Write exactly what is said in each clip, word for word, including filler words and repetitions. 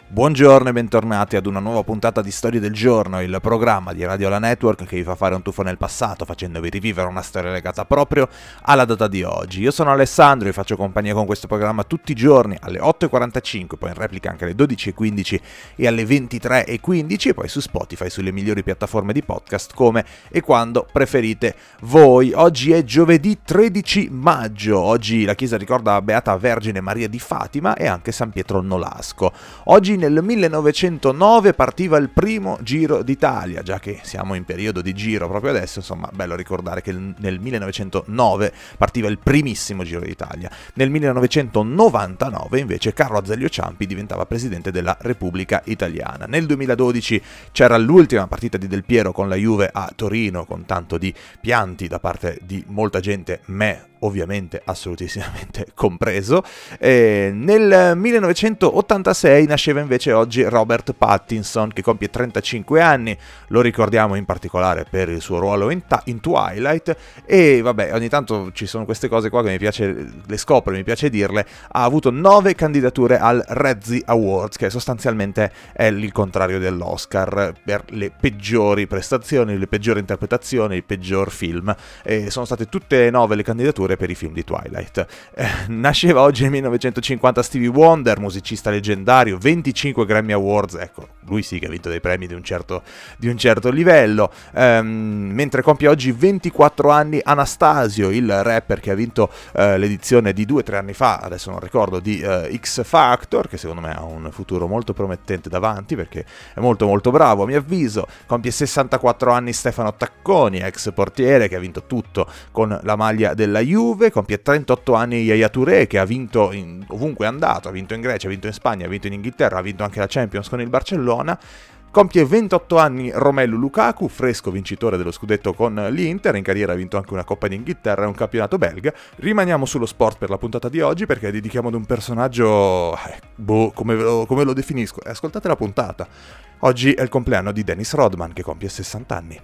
Buongiorno e bentornati ad una nuova puntata di Storie del Giorno, il programma di Radio La Network che vi fa fare un tuffo nel passato facendovi rivivere una storia legata proprio alla data di oggi. Io sono Alessandro e vi faccio compagnia con questo programma tutti i giorni alle otto e quarantacinque, poi in replica anche alle dodici e quindici e alle ventitré e quindici e poi su Spotify, sulle migliori piattaforme di podcast come e quando preferite voi. Oggi è giovedì tredici maggio, oggi la Chiesa ricorda Beata Vergine Maria di Fatima e anche San Pietro Nolasco. Oggi nel millenovecentonove partiva il primo Giro d'Italia, già che siamo in periodo di Giro proprio adesso, insomma, bello ricordare che nel millenovecentonove partiva il primissimo Giro d'Italia. Nel millenovecentonovantanove invece Carlo Azeglio Ciampi diventava presidente della Repubblica Italiana. Nel duemiladodici c'era l'ultima partita di Del Piero con la Juve a Torino, con tanto di pianti da parte di molta gente, me ovviamente assolutissimamente compreso. E nel millenovecentottantasei nasceva invece oggi Robert Pattinson, che compie trentacinque anni, lo ricordiamo in particolare per il suo ruolo in, ta- in Twilight, e vabbè, ogni tanto ci sono queste cose qua che mi piace, le scopro, mi piace dirle. Ha avuto nove candidature al Razzie Awards, che sostanzialmente è il contrario dell'Oscar, per le peggiori prestazioni, le peggiori interpretazioni, il peggior film, e sono state tutte e nove le candidature per i film di Twilight. Eh, nasceva oggi nel millenovecentocinquanta Stevie Wonder, musicista leggendario, venticinque Grammy Awards, ecco, lui sì che ha vinto dei premi di un certo, di un certo livello, ehm, mentre compie oggi ventiquattro anni Anastasio, il rapper che ha vinto eh, l'edizione di due o tre anni fa, adesso non ricordo, di eh, X Factor, che secondo me ha un futuro molto promettente davanti perché è molto molto bravo a mio avviso. Compie sessantaquattro anni Stefano Tacconi, ex portiere che ha vinto tutto con la maglia della Juve. Compie trentotto anni Yaya Touré, che ha vinto in, ovunque è andato, ha vinto in Grecia, ha vinto in Spagna, ha vinto in Inghilterra, ha vinto anche la Champions con il Barcellona. Compie ventotto anni Romelu Lukaku, fresco vincitore dello scudetto con l'Inter, in carriera ha vinto anche una Coppa d'Inghilterra e un campionato belga. Rimaniamo sullo sport per la puntata di oggi perché dedichiamo ad un personaggio, eh, boh, come lo, come lo definisco? Ascoltate la puntata. Oggi è il compleanno di Dennis Rodman, che compie sessanta anni.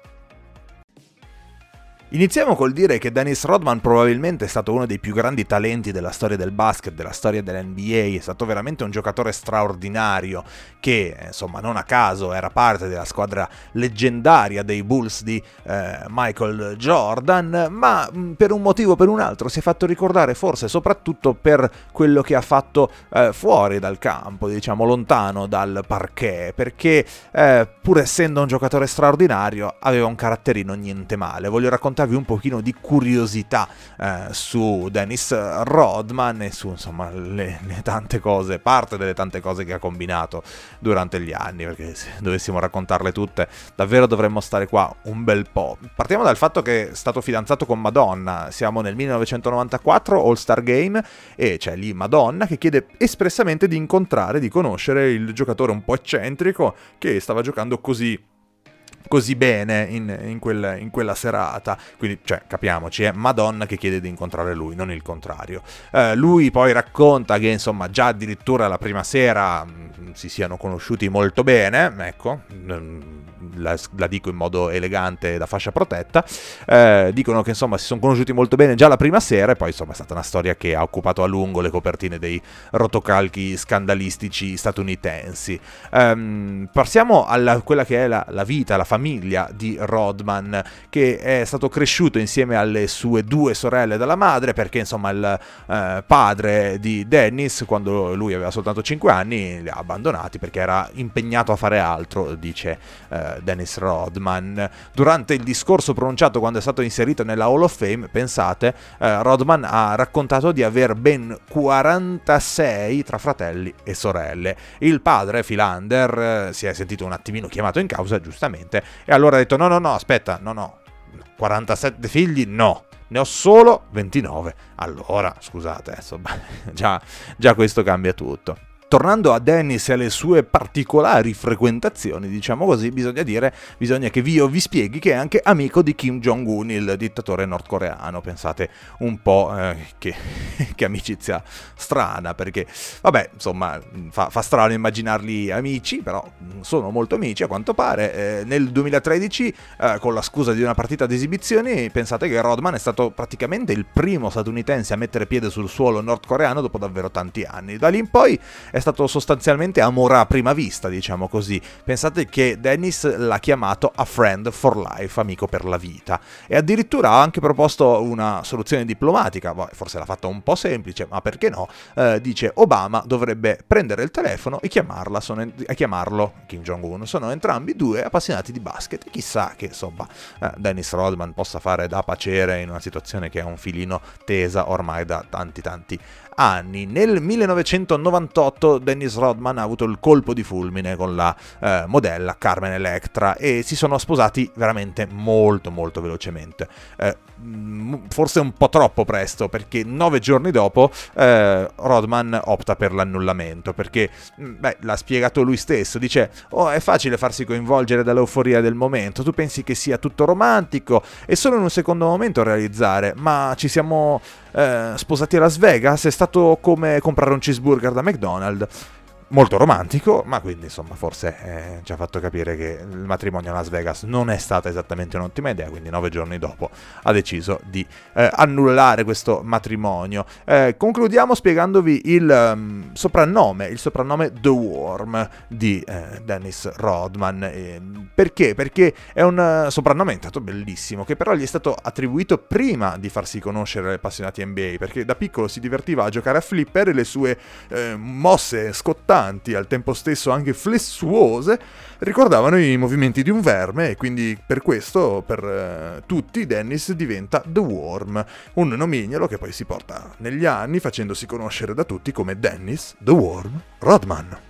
Iniziamo col dire che Dennis Rodman probabilmente è stato uno dei più grandi talenti della storia del basket, della storia dell'N B A, è stato veramente un giocatore straordinario che, insomma, non a caso era parte della squadra leggendaria dei Bulls di eh, Michael Jordan, ma mh, per un motivo o per un altro si è fatto ricordare forse soprattutto per quello che ha fatto eh, fuori dal campo, diciamo lontano dal parquet, perché eh, pur essendo un giocatore straordinario aveva un caratterino niente male. Voglio raccontare un pochino di curiosità eh, su Dennis Rodman e su insomma le, le tante cose, parte delle tante cose che ha combinato durante gli anni, perché se dovessimo raccontarle tutte davvero dovremmo stare qua un bel po'. Partiamo dal fatto che è stato fidanzato con Madonna, siamo nel millenovecentonovantaquattro, All-Star Game, e c'è lì Madonna che chiede espressamente di incontrare, di conoscere il giocatore un po' eccentrico che stava giocando così così bene in, in, quel, in quella serata. Quindi, cioè, capiamoci, è Madonna che chiede di incontrare lui, non il contrario. Eh, lui poi racconta che, insomma, già addirittura la prima sera mh, si siano conosciuti molto bene, ecco, la, la dico in modo elegante da fascia protetta, eh, dicono che, insomma, si sono conosciuti molto bene già la prima sera e poi, insomma, è stata una storia che ha occupato a lungo le copertine dei rotocalchi scandalistici statunitensi. Eh, passiamo a quella che è la, la vita, la famiglia di Rodman, che è stato cresciuto insieme alle sue due sorelle dalla madre, perché insomma il eh, padre di Dennis, quando lui aveva soltanto cinque anni, li ha abbandonati perché era impegnato a fare altro, dice eh, Dennis Rodman. Durante il discorso pronunciato quando è stato inserito nella Hall of Fame, pensate, eh, Rodman ha raccontato di aver ben quarantasei tra fratelli e sorelle. Il padre, Philander, eh, si è sentito un attimino chiamato in causa, giustamente, e allora ha detto no no no aspetta no no quarantasette figli no, ne ho solo ventinove. Allora scusate, insomma, già, già questo cambia tutto. Tornando a Dennis e alle sue particolari frequentazioni, diciamo così, bisogna dire, bisogna che vi, io vi spieghi che è anche amico di Kim Jong-un, il dittatore nordcoreano. Pensate un po' eh, che, che amicizia strana, perché, vabbè, insomma, fa, fa strano immaginarli amici, però sono molto amici a quanto pare. Eh, nel duemilatredici, eh, con la scusa di una partita di esibizioni, pensate che Rodman è stato praticamente il primo statunitense a mettere piede sul suolo nordcoreano dopo davvero tanti anni. Da lì in poi è stato sostanzialmente amore a prima vista, diciamo così. Pensate che Dennis l'ha chiamato a friend for life, amico per la vita, e addirittura ha anche proposto una soluzione diplomatica, forse l'ha fatta un po' semplice, ma perché no? Eh, dice Obama dovrebbe prendere il telefono e chiamarla, sono en- e chiamarlo Kim Jong-un, sono entrambi due appassionati di basket, e chissà che insomma eh, Dennis Rodman possa fare da pacere in una situazione che è un filino tesa ormai da tanti tanti anni. Nel millenovecentonovantotto Dennis Rodman ha avuto il colpo di fulmine con la eh, modella Carmen Electra e si sono sposati veramente molto molto velocemente, eh, forse un po' troppo presto, perché nove giorni dopo eh, Rodman opta per l'annullamento, perché beh, l'ha spiegato lui stesso, dice oh, è facile farsi coinvolgere dall'euforia del momento, tu pensi che sia tutto romantico e solo in un secondo momento realizzare, ma ci siamo eh, sposati a Las Vegas, è stato come comprare un cheeseburger da McDonald's. Molto romantico, ma quindi insomma forse eh, ci ha fatto capire che il matrimonio a Las Vegas non è stata esattamente un'ottima idea, quindi nove giorni dopo ha deciso di eh, annullare questo matrimonio. Eh, concludiamo spiegandovi il um, soprannome, il soprannome The Worm di eh, Dennis Rodman. Eh, perché? Perché è un uh, soprannome intanto bellissimo, che però gli è stato attribuito prima di farsi conoscere ai appassionati N B A, perché da piccolo si divertiva a giocare a flipper e le sue eh, mosse scottanti, al tempo stesso anche flessuose, ricordavano i movimenti di un verme, e quindi per questo per eh, tutti Dennis diventa The Worm, un nomignolo che poi si porta negli anni facendosi conoscere da tutti come Dennis The Worm Rodman.